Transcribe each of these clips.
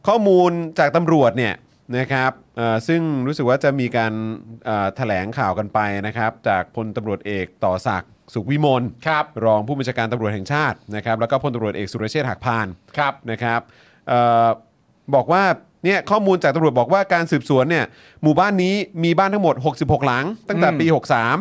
ข้อมูลจากตำรวจเนี่ยนะครับซึ่งรู้สึกว่าจะมีการแถลงข่าวกันไปนะครับจากพลตำรวจเอกต่อศักดิ์สุขวิมลรองผู้บัญชาการตำรวจแห่งชาตินะครับแล้วก็พลตำรวจเอกสุรเชษฐ์หักพานนะครับบอกว่าเนี่ยข้อมูลจากตำรวจบอกว่าการสืบสวนเนี่ยหมู่บ้านนี้มีบ้านทั้งหมด66หลังตั้งแต่ปี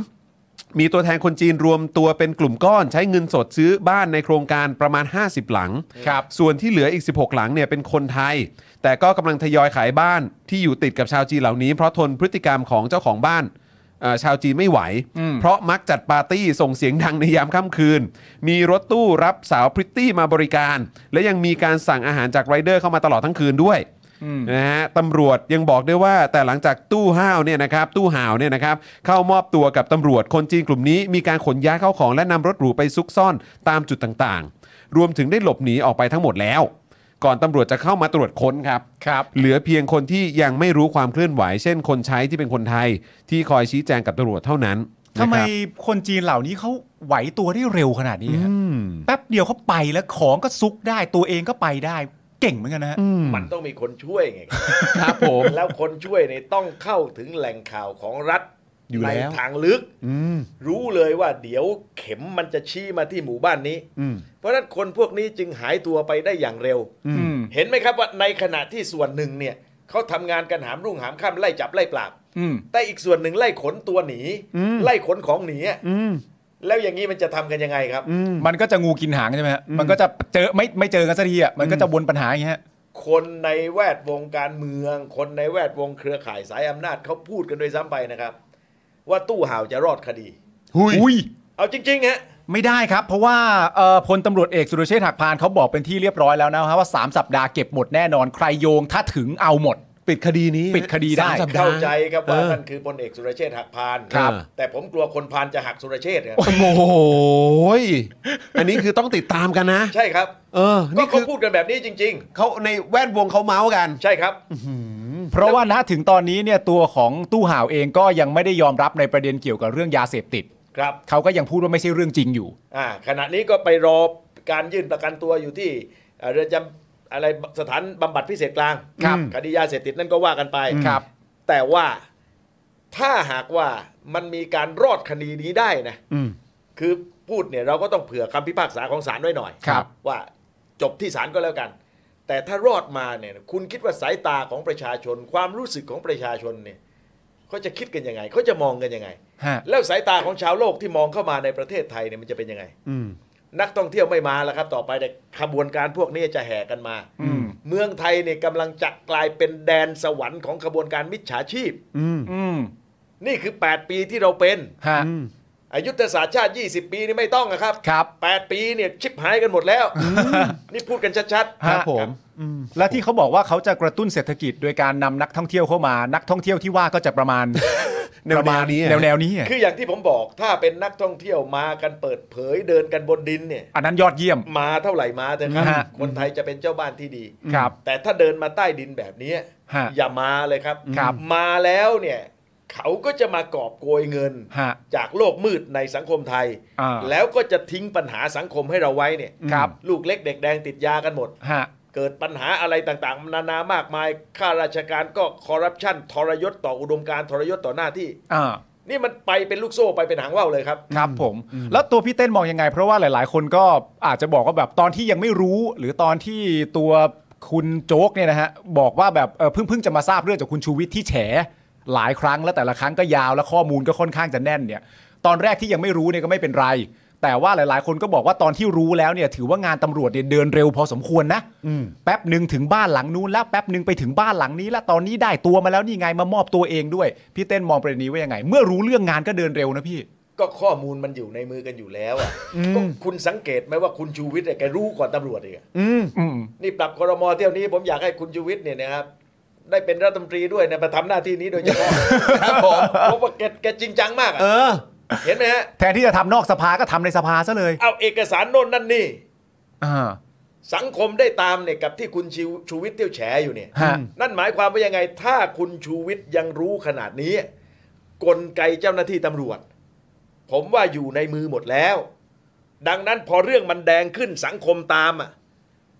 63มีตัวแทนคนจีนรวมตัวเป็นกลุ่มก้อนใช้เงินสดซื้อบ้านในโครงการประมาณ50หลังส่วนที่เหลืออีก16หลังเนี่ยเป็นคนไทยแต่ก็กำลังทยอยขายบ้านที่อยู่ติดกับชาวจีนเหล่านี้เพราะทนพฤติกรรมของเจ้าของบ้านชาวจีนไม่ไหวเพราะมักจัดปาร์ตี้ส่งเสียงดังในยามค่ำคืนมีรถตู้รับสาวพริตตี้มาบริการและยังมีการสั่งอาหารจากไรเดอร์เข้ามาตลอดทั้งคืนด้วยนะฮะตำรวจยังบอกด้วยว่าแต่หลังจากตู้ห่าวเนี่ยนะครับเข้ามอบตัวกับตำรวจคนจีนกลุ่มนี้มีการขนย้ายเข้าของและนำรถหรูไปซุกซ่อนตามจุดต่างๆรวมถึงได้หลบหนีออกไปทั้งหมดแล้วก่อนตำรวจจะเข้ามาตรวจค้นครับเหลือเพียงคนที่ยังไม่รู้ความเคลื่อนไหวเช่นคนใช้ที่เป็นคนไทยที่คอยชี้แจงกับตำรวจเท่านั้นทำไมคนจีนเหล่านี้เขาไหวตัวได้เร็วขนาดนี้แป๊บเดียวเขาไปแล้วของก็ซุกได้ตัวเองก็ไปได้เก่งเหมือนกันนะฮะมันต้องมีคนช่วยไงครับผมแล้วคนช่วยเนี่ยต้องเข้าถึงแหล่งข่าวของรัฐในทางลึกรู้เลยว่าเดี๋ยวเข็มมันจะชี้มาที่หมู่บ้านนี้เพราะฉะนั้นคนพวกนี้จึงหายตัวไปได้อย่างเร็วเห็นไหมครับว่าในขณะที่ส่วนหนึ่งเนี่ยเขาทำงานกันหามรุ่งหามค่ำไล่จับไล่ปราบแต่อีกส่วนหนึ่งไล่ขนตัวหนีไล่ขนของหนีแล้วอย่างนี้มันจะทำกันยังไงครับมันก็จะงูกินหางใช่ไหมฮะมันก็จะเจอไม่เจอกันสักทีอ่ะมันก็จะวนปัญหาอย่างเงี้ยคนในแวดวงการเมืองคนในแวดวงเครือข่ายสายอำนาจเขาพูดกันโดยซ้ำไปนะครับว่าตู้ห่าวจะรอดคดีเอาจริงๆฮะไม่ได้ครับเพราะว่าพลตำรวจเอกสุรเชษฐ์หักพานเขาบอกเป็นที่เรียบร้อยแล้วนะครับว่า3สัปดาห์เก็บหมดแน่นอนใครโยงถ้าถึงเอาหมดปิดคดีนี้ปิดคดีได้เข้าใจครับว่านั่นคือพลเอกสุรเชษฐ์หักพานแต่ผมกลัวคนพานจะหักสุรเชษฐ์ครับโอ้โหอันนี้คือต้องติดตามกันนะใช่ครับนี่เขาพูดกันแบบนี้จริงๆเขาในแวดวงเขาเมาส์กันใช่ครับเพราะว่าณถึงตอนนี้เนี่ยตัวของตู้ห่าวเองก็ยังไม่ได้ยอมรับในประเด็นเกี่ยวกับเรื่องยาเสพติดครับเขาก็ยังพูดว่าไม่ใช่เรื่องจริงอยู่ขณะนี้ก็ไปรอการยื่นประกันตัวอยู่ที่เรือนจำอะไรสถานบำบัดพิเศษกลางคดียาเสพติดนั่นก็ว่ากันไปแต่ว่าถ้าหากว่ามันมีการรอดคดีนี้ได้นะคือพูดเนี่ยเราก็ต้องเผื่อคำพิพากษาของศาลไว้หน่อยว่าจบที่ศาลก็แล้วกันแต่ถ้ารอดมาเนี่ยคุณคิดว่าสายตาของประชาชนความรู้สึกของประชาชนเนี่ยเขาจะคิดกันยังไงเขาจะมองกันยังไงแล้วสายตาของชาวโลกที่มองเข้ามาในประเทศไทยเนี่ยมันจะเป็นยังไงนักท่องเที่ยวไม่มาแล้วครับต่อไปแต่ขบวนการพวกนี้จะแห่กันมาเมืองไทยเนี่ยกำลังจะกลายเป็นแดนสวรรค์ของขบวนการมิจฉาชีพนี่คือ8ปีที่เราเป็นยุทธศาสตร์ชาติ20ปีนี่ไม่ต้องนะครับ8ปีเนี่ยชิบหายกันหมดแล้วนี่พูดกันชัดๆครับผมและที่เขาบอกว่าเขาจะกระตุ้นเศรษฐกิจโดยการนำนักท่องเที่ยวเข้ามานักท่องเที่ยวที่ว่าก็จะประมาณแนวนี้คืออย่างที่ผมบอกถ้าเป็นนักท่องเที่ยวมากันเปิดเผยเดินกันบนดินเนี่ยอันนั้นยอดเยี่ยมมาเท่าไหร่มาเถอะครับคนไทยจะเป็นเจ้าบ้านที่ดีแต่ถ้าเดินมาใต้ดินแบบนี้อย่ามาเลยครับมาแล้วเนี่ยเขาก็จะมากอบโกยเงินจากโลกมืดในสังคมไทยแล้วก็จะทิ้งปัญหาสังคมให้เราไว้เนี่ยลูกเล็กเด็กแดงติดยากันหมดเกิดปัญหาอะไรต่างๆนานามากมายข้าราชการก็คอร์รัปชันทรยศต่ออุดมการณ์ทรยศต่อหน้าที่นี่มันไปเป็นลูกโซ่ไปเป็นหางว่าวเลยครับครับผมแล้วตัวพี่เต้นมองยังไงเพราะว่าหลายๆคนก็อาจจะบอกว่าแบบตอนที่ยังไม่รู้หรือตอนที่ตัวคุณโจ๊กเนี่ยนะฮะบอกว่าแบบเพิ่งจะมาทราบเรื่องจากคุณชูวิทย์ที่แฉหลายครั้งแล้วแต่ละครั้งก็ยาวและข้อมูลก็ค่อนข้างจะแน่นเนี่ยตอนแรกที่ยังไม่รู้เนี่ยก็ไม่เป็นไรแต่ว่าหลายๆคนก็บอกว่าตอนที่รู้แล้วเนี่ยถือว่างานตำรวจเนี่ยเดินเร็วพอสมควรนะแป๊บหนึ่งถึงบ้านหลังนู้นแล้วแป๊บหนึ่งไปถึงบ้านหลังนี้แล้วตอนนี้ได้ตัวมาแล้วนี่ไงมามอบตัวเองด้วยพี่เต้นมองประเด็นนี้ว่ายังไงเมื่อรู้เรื่องงานก็เดินเร็วนะพี่ก็ข้อมูลมันอยู่ในมือกันอยู่แล้วอ่ะก็คุณสังเกตไหมว่าคุณชูวิทย์เนี่ยแกรู้ก่อนตำรวจอีกนี่ปรับครม.เที่ยวนี้ผมอยากให้คุณชูวิทย์เนี่ยนะครับได้เป็นรัฐมนตรีด้วยนะมาทำหน้าที่นี้โดยเฉพาะครับผมเพราะว่าแกจริงจังมากเห็นไหมฮะแทนที่จะทำนอกสภาก็ทำในสภาซะเลยเอาเอกสารโน่นนั่นนี่สังคมได้ตามเนี่ยกับที่คุณชูวิทย์เที่ยวแฉอยู่เนี่ยนั่นหมายความว่ายังไงถ้าคุณชูวิทย์ยังรู้ขนาดนี้กลไกเจ้าหน้าที่ตำรวจผมว่าอยู่ในมือหมดแล้วดังนั้นพอเรื่องมันแดงขึ้นสังคมตาม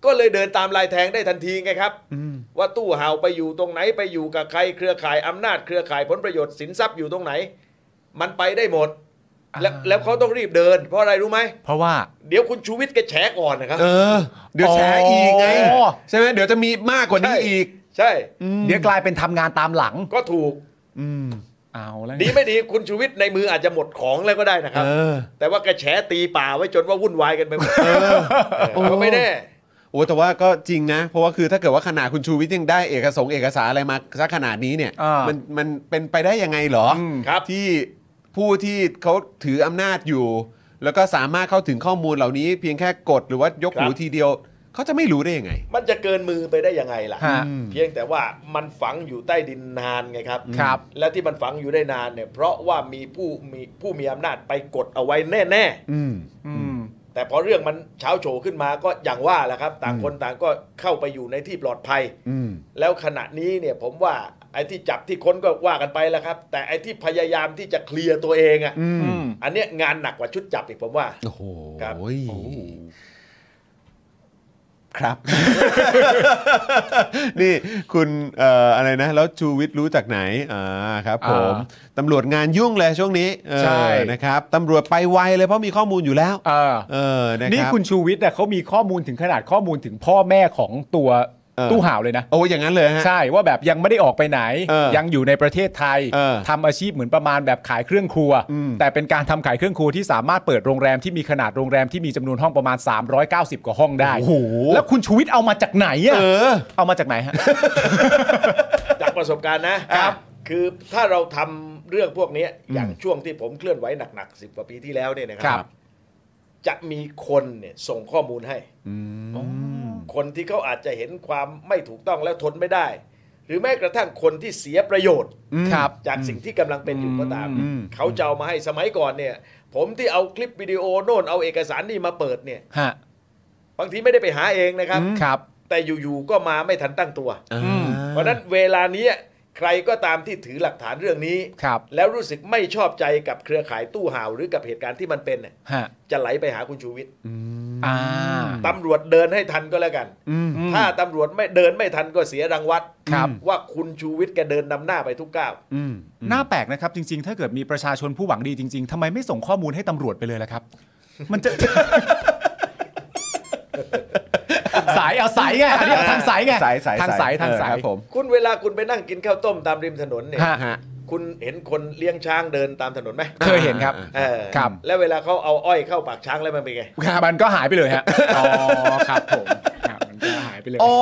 ก็เลยเดินตามลายแทงได้ทันทีไงครับว่าตู้ห่าวไปอยู่ตรงไหนไปอยู่กับใครเครือข่ายอำนาจเครือข่ายผลประโยชน์สินทรัพย์อยู่ตรงไหน มันไปได้หมดแล้วเขาต้องรีบเดินเพราะอะไรรู้ไหมเพราะว่าเดี๋ยวคุณชูวิทย์แกแฉก่อนนะครับเดี๋ยวแฉอีกไงใช่ไหมเดี๋ยวจะมีมากกว่านี้อีกใช่เดี๋ยวกลายเป็นทำงานตามหลังก็ถูกเอาแล้วดีไม่ดีคุณชูวิทย์ในมืออาจจะหมดของแล้วก็ได้นะครับแต่ว่าแกแฉตีป่าไว้จนว่าวุ่นวายกันไปหมดก็ไม่แน่โอ้แต่ว่าก็จริงนะเพราะว่าคือถ้าเกิดว่าขนาดคุณชูวิทย์ยังได้เอกสารอะไรมาสักขนาดนี้เนี่ยมันเป็นไปได้ยังไงเหรอที่ผู้ที่เขาถืออำนาจอยู่แล้วก็สามารถเข้าถึงข้อมูลเหล่านี้เพียงแค่กดหรือว่ายกหูทีเดียวเขาจะไม่รู้ได้ยังไงมันจะเกินมือไปได้ยังไงล่ะเพียงแต่ว่ามันฝังอยู่ใต้ดินนานไงครับและที่มันฝังอยู่ได้นานเนี่ยเพราะว่ามีผู้มีอำนาจไปกดเอาไว้แน่ๆแต่พอเรื่องมันเช้าโฉขึ้นมาก็อย่างว่าแหละครับต่างคนต่างก็เข้าไปอยู่ในที่ปลอดภัยแล้วขณะนี้เนี่ยผมว่าไอ้ที่จับที่ค้นก็ว่ากันไปแล้วครับแต่ไอ้ที่พยายามที่จะเคลียร์ตัวเองอ่ะอันเนี้ยงานหนักกว่าชุดจับอีกผมว่าโอ้โหครับครับ นี่คุณอะไรนะแล้วชูวิทย์รู้จากไหนครับผมตำรวจงานยุ่งเลยช่วงนี้ใช่นะครับตำรวจไปไวเลยเพราะมีข้อมูลอยู่แล้วนะครับนี่คุณชูวิทย์เขามีข้อมูลถึงขนาดข้อมูลถึงพ่อแม่ของตัวตู้ห่าวเลยนะโอ้อย่างนั้นเลยฮะใช่ว่าแบบยังไม่ได้ออกไปไหนยังอยู่ในประเทศไทยทำอาชีพเหมือนประมาณแบบขายเครื่องครัวแต่เป็นการทำขายเครื่องครัวที่สามารถเปิดโรงแรมที่มีขนาดโรงแรมที่มีจำนวนห้องประมาณ390กว่าห้องได้แล้วคุณชูวิทย์เอามาจากไหนเอามาจากไหนฮะจากประสบการณ์นะครับคือถ้าเราทำเรื่องพวกนี้อย่างช่วงที่ผมเคลื่อนไหวหนักๆ10 กว่าปีที่แล้วเนี่ยนะครับจะมีคนเนี่ยส่งข้อมูลให้คนที่เขาอาจจะเห็นความไม่ถูกต้องแล้วทนไม่ได้หรือแม้กระทั่งคนที่เสียประโยชน์จากสิ่งที่กำลังเป็นอยู่ก็ตามเขาจะเอามาให้สมัยก่อนเนี่ยผมที่เอาคลิปวิดีโอโน่นเอาเอกสารนี่มาเปิดเนี่ยบางทีไม่ได้ไปหาเองนะครับแต่อยู่ๆก็มาไม่ทันตั้งตัวเพราะนั้นเวลานี้ใครก็ตามที่ถือหลักฐานเรื่องนี้แล้วรู้สึกไม่ชอบใจกับเครือข่ายตู้ห่าวหรือกับเหตุการณ์ที่มันเป็นจะไหลไปหาคุณชูวิทย์ตำรวจเดินให้ทันก็แล้วกันถ้าตำรวจไม่เดินไม่ทันก็เสียรางวัลว่าคุณชูวิทย์แกเดินนำหน้าไปทุกก้าวน่าแปลกนะครับจริงๆถ้าเกิดมีประชาชนผู้หวังดีจริงๆทำไมไม่ส่งข้อมูลให้ตำรวจไปเลยล่ะครับมันจะสายเอาสายไงอันนี้ทางสายไงทางสายครับผมคุณเวลาคุณไปนั่งกินข้าวต้มตามริมถนนเนี่ยคุณเห็นคนเลี้ยงช้างเดินตามถนนไหมเคยเห็นครับครับแล้วเวลาเขาเอาอ้อยเข้าปากช้างแล้วมันเป็นไงมันก็หายไปเลยฮะอ๋อครับผมมันก็หายไปเลยโอ้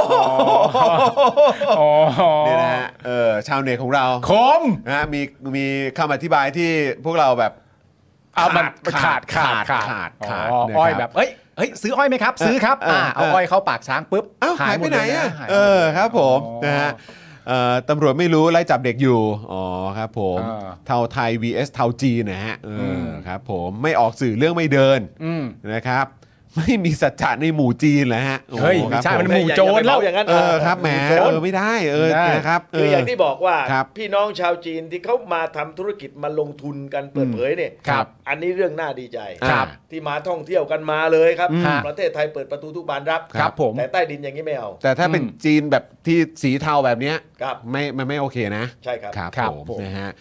นี่นะฮะชาวเน็ตของเราคมนะมีคำอธิบายที่พวกเราแบบมันขาดอ้อยแบบเฮ้ยซื้ออ้อยไหมครับซื้อครับเอาอ้อยเข้าปากช้างปุ๊บหายไปไหนครับผมนะฮะตำรวจไม่รู้ไล่จับเด็กอยู่อ๋อครับผมเท่าไทย vs เท่าจีนนะฮะครับผมไม่ออกสื่อเรื่องไม่เดินนะครับไม่มีสัจจะในหมู่จีนเลยฮะเฮ้ยไม่ใช่มันหมู่โจรแล้วอย่างนั้นครับแหมไม่ได้นะครับคืออย่างที่บอกว่าพี่น้องชาวจีนที่เขามาทำธุรกิจมาลงทุนกันเปิดเผยเนี่ยอันนี้เรื่องน่าดีใจที่มาท่องเที่ยวกันมาเลยครับประเทศไทยเปิดประตูทุกบานรับแต่ใต้ดินอย่างนี้ไม่เอาแต่ถ้าเป็นจีนแบบที่สีเทาแบบนี้มันไม่โอเคนะใช่ครับผมนะฮะ